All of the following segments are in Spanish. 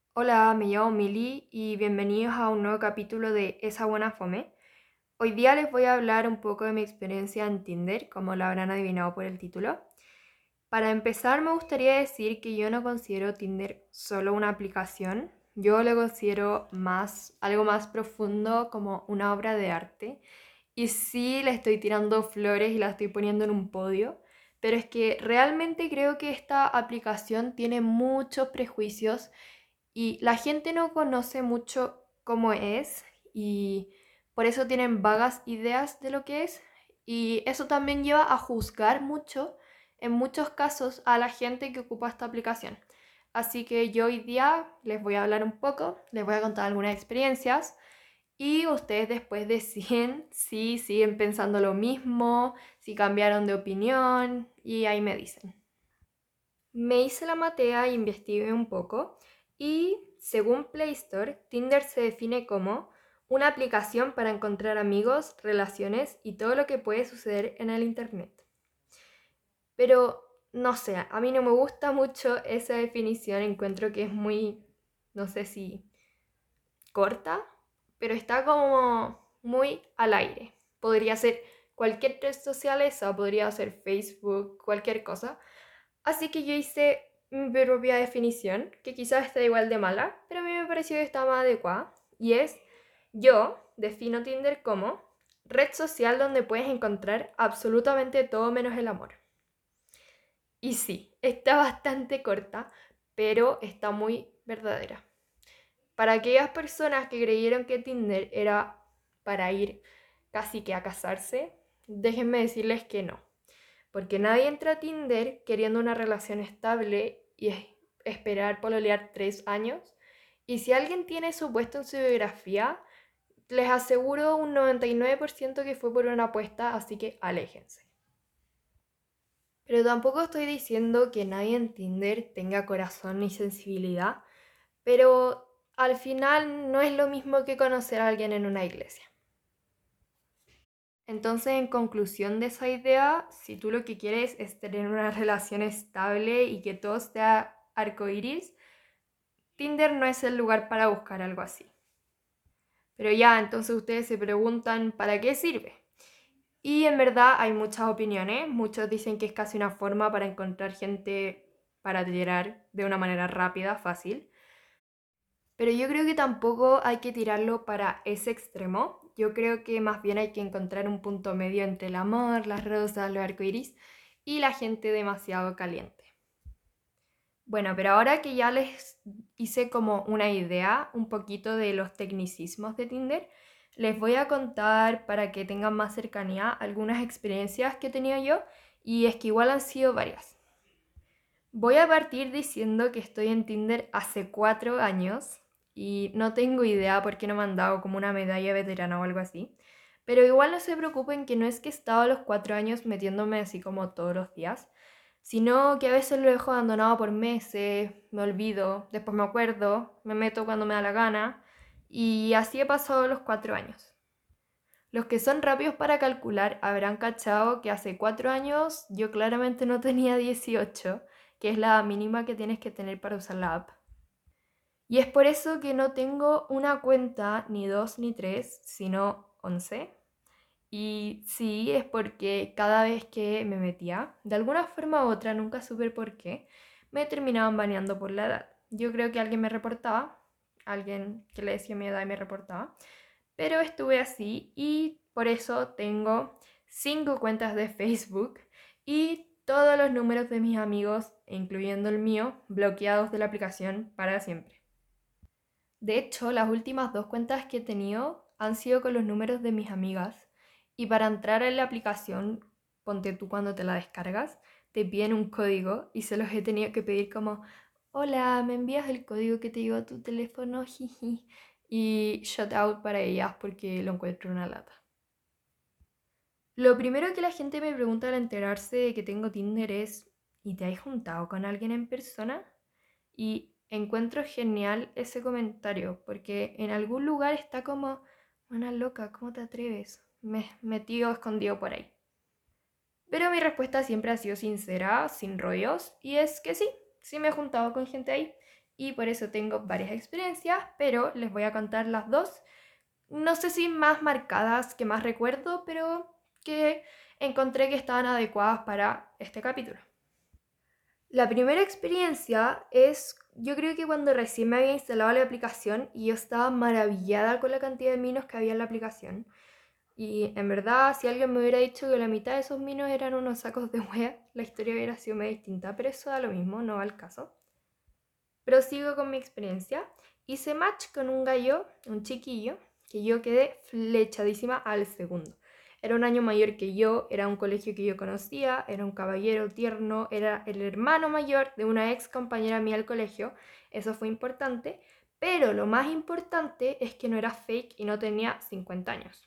Hola, me llamo Mili y bienvenidos a un nuevo capítulo de Esa Buena Fome. Hoy día les voy a hablar un poco de mi experiencia en Tinder, como lo habrán adivinado por el título. Para empezar, me gustaría decir que yo no considero Tinder solo una aplicación, yo lo considero algo más profundo, como una obra de arte. Y sí, le estoy tirando flores y la estoy poniendo en un podio, pero es que realmente creo que esta aplicación tiene muchos prejuicios y la gente no conoce mucho cómo es y por eso tienen vagas ideas de lo que es y eso también lleva a juzgar mucho, en muchos casos, a la gente que ocupa esta aplicación. Así que yo hoy día les voy a hablar un poco, les voy a contar algunas experiencias y ustedes después deciden si siguen pensando lo mismo, si cambiaron de opinión y ahí me dicen. Me hice la matea e investigué un poco y según Play Store, Tinder se define como una aplicación para encontrar amigos, relaciones y todo lo que puede suceder en el Internet. Pero no sé, a mí no me gusta mucho esa definición, encuentro que es muy, no sé si corta, pero está como muy al aire. Podría ser cualquier red social esa, podría ser Facebook, cualquier cosa. Así que yo hice mi propia definición, que quizás esté igual de mala, pero a mí me pareció que está más adecuada. Y es, yo defino Tinder como red social donde puedes encontrar absolutamente todo menos el amor. Y sí, está bastante corta, pero está muy verdadera. Para aquellas personas que creyeron que Tinder era para ir casi que a casarse, déjenme decirles que no. Porque nadie entra a Tinder queriendo una relación estable y esperar pololear 3 años. Y si alguien tiene eso puesto en su biografía, les aseguro un 99% que fue por una apuesta, así que aléjense. Pero tampoco estoy diciendo que nadie en Tinder tenga corazón ni sensibilidad, pero al final no es lo mismo que conocer a alguien en una iglesia. Entonces, en conclusión de esa idea, si tú lo que quieres es tener una relación estable y que todo sea arcoiris, Tinder no es el lugar para buscar algo así. Pero ya, entonces ustedes se preguntan, ¿para qué sirve? Y en verdad hay muchas opiniones. Muchos dicen que es casi una forma para encontrar gente para tirar de una manera rápida, fácil. Pero yo creo que tampoco hay que tirarlo para ese extremo. Yo creo que más bien hay que encontrar un punto medio entre el amor, las rosas, los arcoíris y la gente demasiado caliente. Bueno, pero ahora que ya les hice como una idea un poquito de los tecnicismos de Tinder, les voy a contar para que tengan más cercanía algunas experiencias que he tenido yo y es que igual han sido varias. Voy a partir diciendo que estoy en Tinder hace 4 años y no tengo idea por qué no me han dado como una medalla veterana o algo así. Pero igual no se preocupen que no es que he estado a los 4 años metiéndome así como todos los días, sino que a veces lo dejo abandonado por meses, me olvido, después me acuerdo, me meto cuando me da la gana y así he pasado los 4 años. Los que son rápidos para calcular habrán cachado que hace 4 años yo claramente no tenía 18, que es la mínima que tienes que tener para usar la app. Y es por eso que no tengo una cuenta ni dos ni tres, sino 11. Y sí, es porque cada vez que me metía, de alguna forma u otra, nunca supe por qué, me terminaban baneando por la edad. Yo creo que alguien me reportaba, alguien que le decía mi edad y me reportaba, pero estuve así y por eso tengo 5 cuentas de Facebook y todos los números de mis amigos, incluyendo el mío, bloqueados de la aplicación para siempre. De hecho, las últimas 2 cuentas que he tenido han sido con los números de mis amigas y para entrar en la aplicación, ponte tú cuando te la descargas, te piden un código y se los he tenido que pedir como, hola, ¿me envías el código que te llegó a tu teléfono? Jiji. Y shout out para ellas porque lo encuentro una lata. Lo primero que la gente me pregunta al enterarse de que tengo Tinder es, ¿y te has juntado con alguien en persona? Y encuentro genial ese comentario, porque en algún lugar está como, una loca, ¿cómo te atreves? Me metido escondido por ahí. Pero mi respuesta siempre ha sido sincera, sin rollos, y es que sí, sí me he juntado con gente ahí. y por eso tengo varias experiencias, pero les voy a contar las dos. No sé si más marcadas que más recuerdo, pero que encontré que estaban adecuadas para este capítulo. La primera experiencia es, yo creo que cuando recién me había instalado la aplicación y yo estaba maravillada con la cantidad de minos que había en la aplicación. Y en verdad, si alguien me hubiera dicho que la mitad de esos minos eran unos sacos de wea, la historia hubiera sido muy distinta, pero eso da lo mismo, no va al caso. Prosigo con mi experiencia. Hice match con un gallo, un chiquillo, que yo quedé flechadísima al segundo. Era un año mayor que yo, era un colegio que yo conocía, era un caballero tierno, era el hermano mayor de una ex compañera mía del colegio. Eso fue importante, pero lo más importante es que no era fake y no tenía 50 años.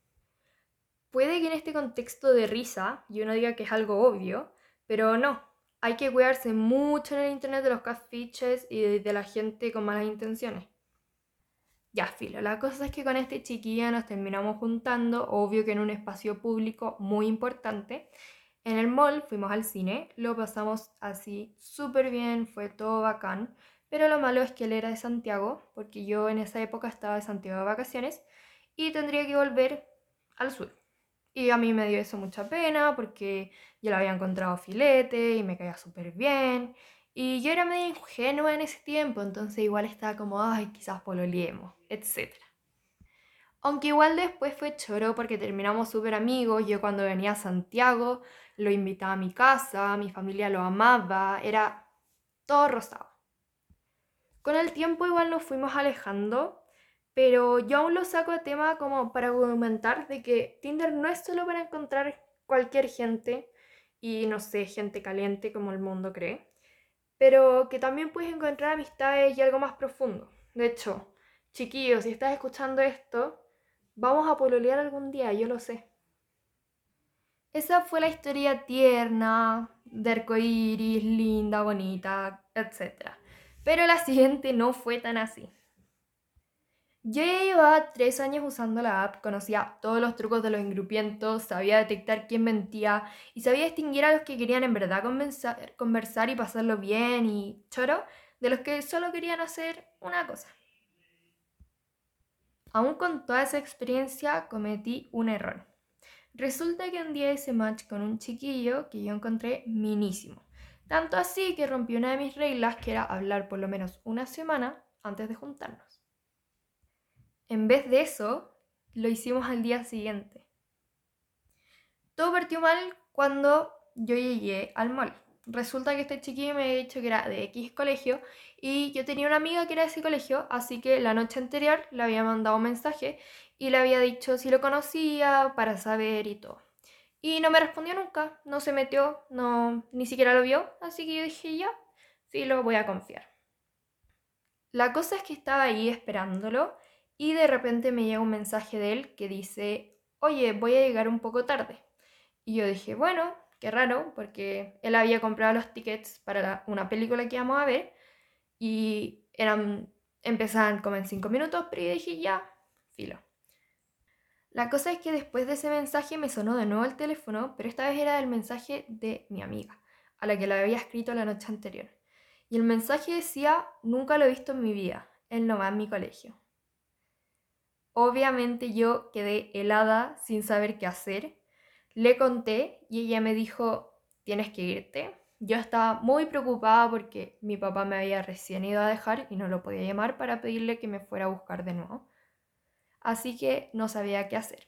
Puede que en este contexto de risa yo no diga que es algo obvio, pero no. Hay que cuidarse mucho en el internet de los catfishes y de la gente con malas intenciones. Ya, filo, la cosa es que con este chiquillo nos terminamos juntando, obvio que en un espacio público muy importante. En el mall fuimos al cine, lo pasamos así súper bien, fue todo bacán, pero lo malo es que él era de Santiago, porque yo en esa época estaba de Santiago de vacaciones y tendría que volver al sur. Y a mí me dio eso mucha pena porque yo lo había encontrado filete y me caía súper bien. Y yo era medio ingenua en ese tiempo, entonces igual estaba como, ay, quizás pololeemos, etcétera. Aunque igual después fue choro porque terminamos súper amigos. Yo cuando venía a Santiago lo invitaba a mi casa, mi familia lo amaba, era todo rosado. Con el tiempo igual nos fuimos alejando, pero yo aún lo saco a tema como para argumentar de que Tinder no es solo para encontrar cualquier gente y no sé, gente caliente como el mundo cree, pero que también puedes encontrar amistades y algo más profundo. De hecho, chiquillos, si estás escuchando esto, vamos a pololear algún día, yo lo sé. Esa fue la historia tierna, de arcoíris, linda, bonita, etc. Pero la siguiente no fue tan así. Yo ya llevaba 3 años usando la app, conocía todos los trucos de los engrupientos, sabía detectar quién mentía y sabía distinguir a los que querían en verdad conversar y pasarlo bien y choro, de los que solo querían hacer una cosa. Aún con toda esa experiencia cometí un error. Resulta que un día hice match con un chiquillo que yo encontré minísimo. Tanto así que rompí una de mis reglas, que era hablar por lo menos una semana antes de juntarnos. En vez de eso, lo hicimos al día siguiente. Todo partió mal cuando yo llegué al mall. Resulta que este chiquillo me había dicho que era de X colegio y yo tenía una amiga que era de ese colegio, así que la noche anterior le había mandado un mensaje y le había dicho si lo conocía para saber y todo. Y no me respondió nunca, no se metió, no, ni siquiera lo vio, así que yo dije ya, sí, lo voy a confiar. La cosa es que estaba ahí esperándolo y de repente me llega un mensaje de él que dice, oye, voy a llegar un poco tarde. Y yo dije, bueno, qué raro, porque él había comprado los tickets para una película que íbamos a ver y empezaban como en 5 minutos, pero yo dije, ya, filo. La cosa es que después de ese mensaje me sonó de nuevo el teléfono, pero esta vez era el mensaje de mi amiga, a la que lo había escrito la noche anterior. Y el mensaje decía, nunca lo he visto en mi vida, él no va a mi colegio. Obviamente yo quedé helada sin saber qué hacer. Le conté y ella me dijo, tienes que irte. Yo estaba muy preocupada porque mi papá me había recién ido a dejar y no lo podía llamar para pedirle que me fuera a buscar de nuevo. Así que no sabía qué hacer.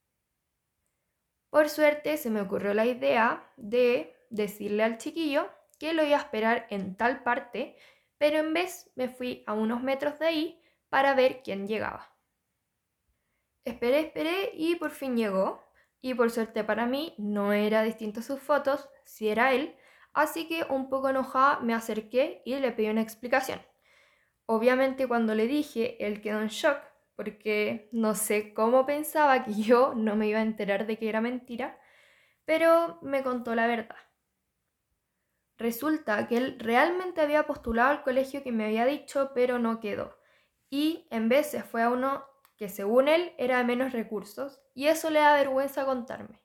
Por suerte se me ocurrió la idea de decirle al chiquillo que lo iba a esperar en tal parte, pero en vez me fui a unos metros de ahí para ver quién llegaba. Esperé y por fin llegó. Y por suerte para mí no era distinto a sus fotos, si era él, así que un poco enojada me acerqué y le pedí una explicación. Obviamente cuando le dije, él quedó en shock porque no sé cómo pensaba que yo no me iba a enterar de que era mentira, pero me contó la verdad. Resulta que él realmente había postulado al colegio que me había dicho, pero no quedó. Y en vez se fue a uno que según él era de menos recursos, y eso le da vergüenza contarme.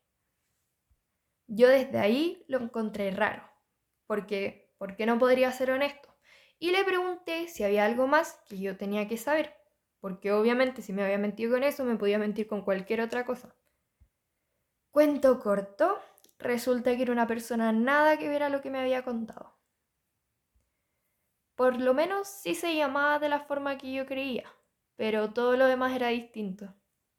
Yo desde ahí lo encontré raro, porque ¿por qué no podría ser honesto? Y le pregunté si había algo más que yo tenía que saber, porque obviamente si me había mentido con eso, me podía mentir con cualquier otra cosa. Cuento corto, resulta que era una persona nada que ver a lo que me había contado. Por lo menos sí se llamaba de la forma que yo creía, pero todo lo demás era distinto.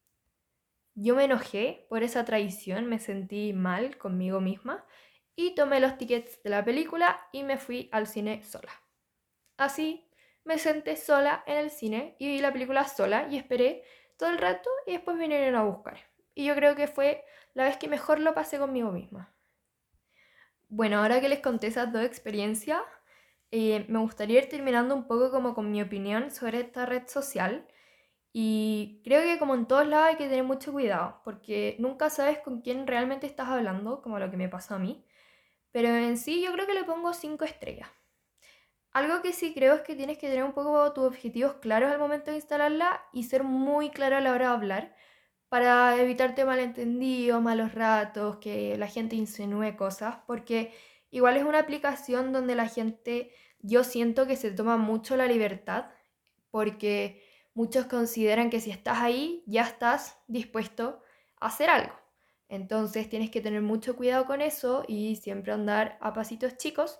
Yo me enojé por esa traición, me sentí mal conmigo misma y tomé los tickets de la película y me fui al cine sola. Así me senté sola en el cine y vi la película sola y esperé todo el rato y después vinieron a buscar. Y yo creo que fue la vez que mejor lo pasé conmigo misma. Bueno, ahora que les conté esas dos experiencias, me gustaría ir terminando un poco como con mi opinión sobre esta red social. Y creo que como en todos lados hay que tener mucho cuidado, porque nunca sabes con quién realmente estás hablando, como lo que me pasó a mí. Pero en sí yo creo que le pongo 5 estrellas. Algo que sí creo es que tienes que tener un poco tus objetivos claros al momento de instalarla y ser muy claro a la hora de hablar para evitarte malentendidos, malos ratos, que la gente insinúe cosas, porque igual es una aplicación donde la gente, yo siento que se toma mucho la libertad, porque muchos consideran que si estás ahí ya estás dispuesto a hacer algo. Entonces tienes que tener mucho cuidado con eso y siempre andar a pasitos chicos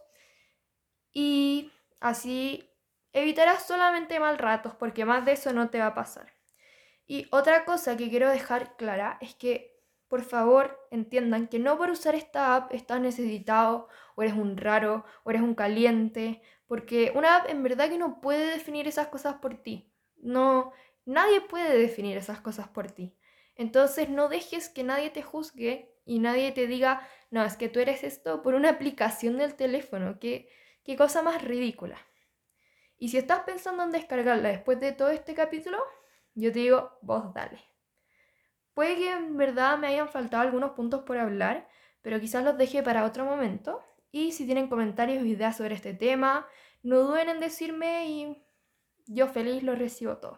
y así evitarás solamente mal ratos porque más de eso no te va a pasar. Y otra cosa que quiero dejar clara es que por favor entiendan que no por usar esta app estás necesitado o eres un raro o eres un caliente, porque una app en verdad que no puede definir esas cosas por ti. No, nadie puede definir esas cosas por ti. Entonces no dejes que nadie te juzgue y nadie te diga, no, es que tú eres esto por una aplicación del teléfono. Qué cosa más ridícula. Y si estás pensando en descargarla después de todo este capítulo, yo te digo, vos dale. Puede que en verdad me hayan faltado algunos puntos por hablar, pero quizás los deje para otro momento. Y si tienen comentarios o ideas sobre este tema, no duden en decirme y yo feliz los recibo todo.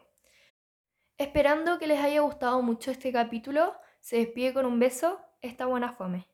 Esperando que les haya gustado mucho este capítulo, se despide con un beso esta buena fome.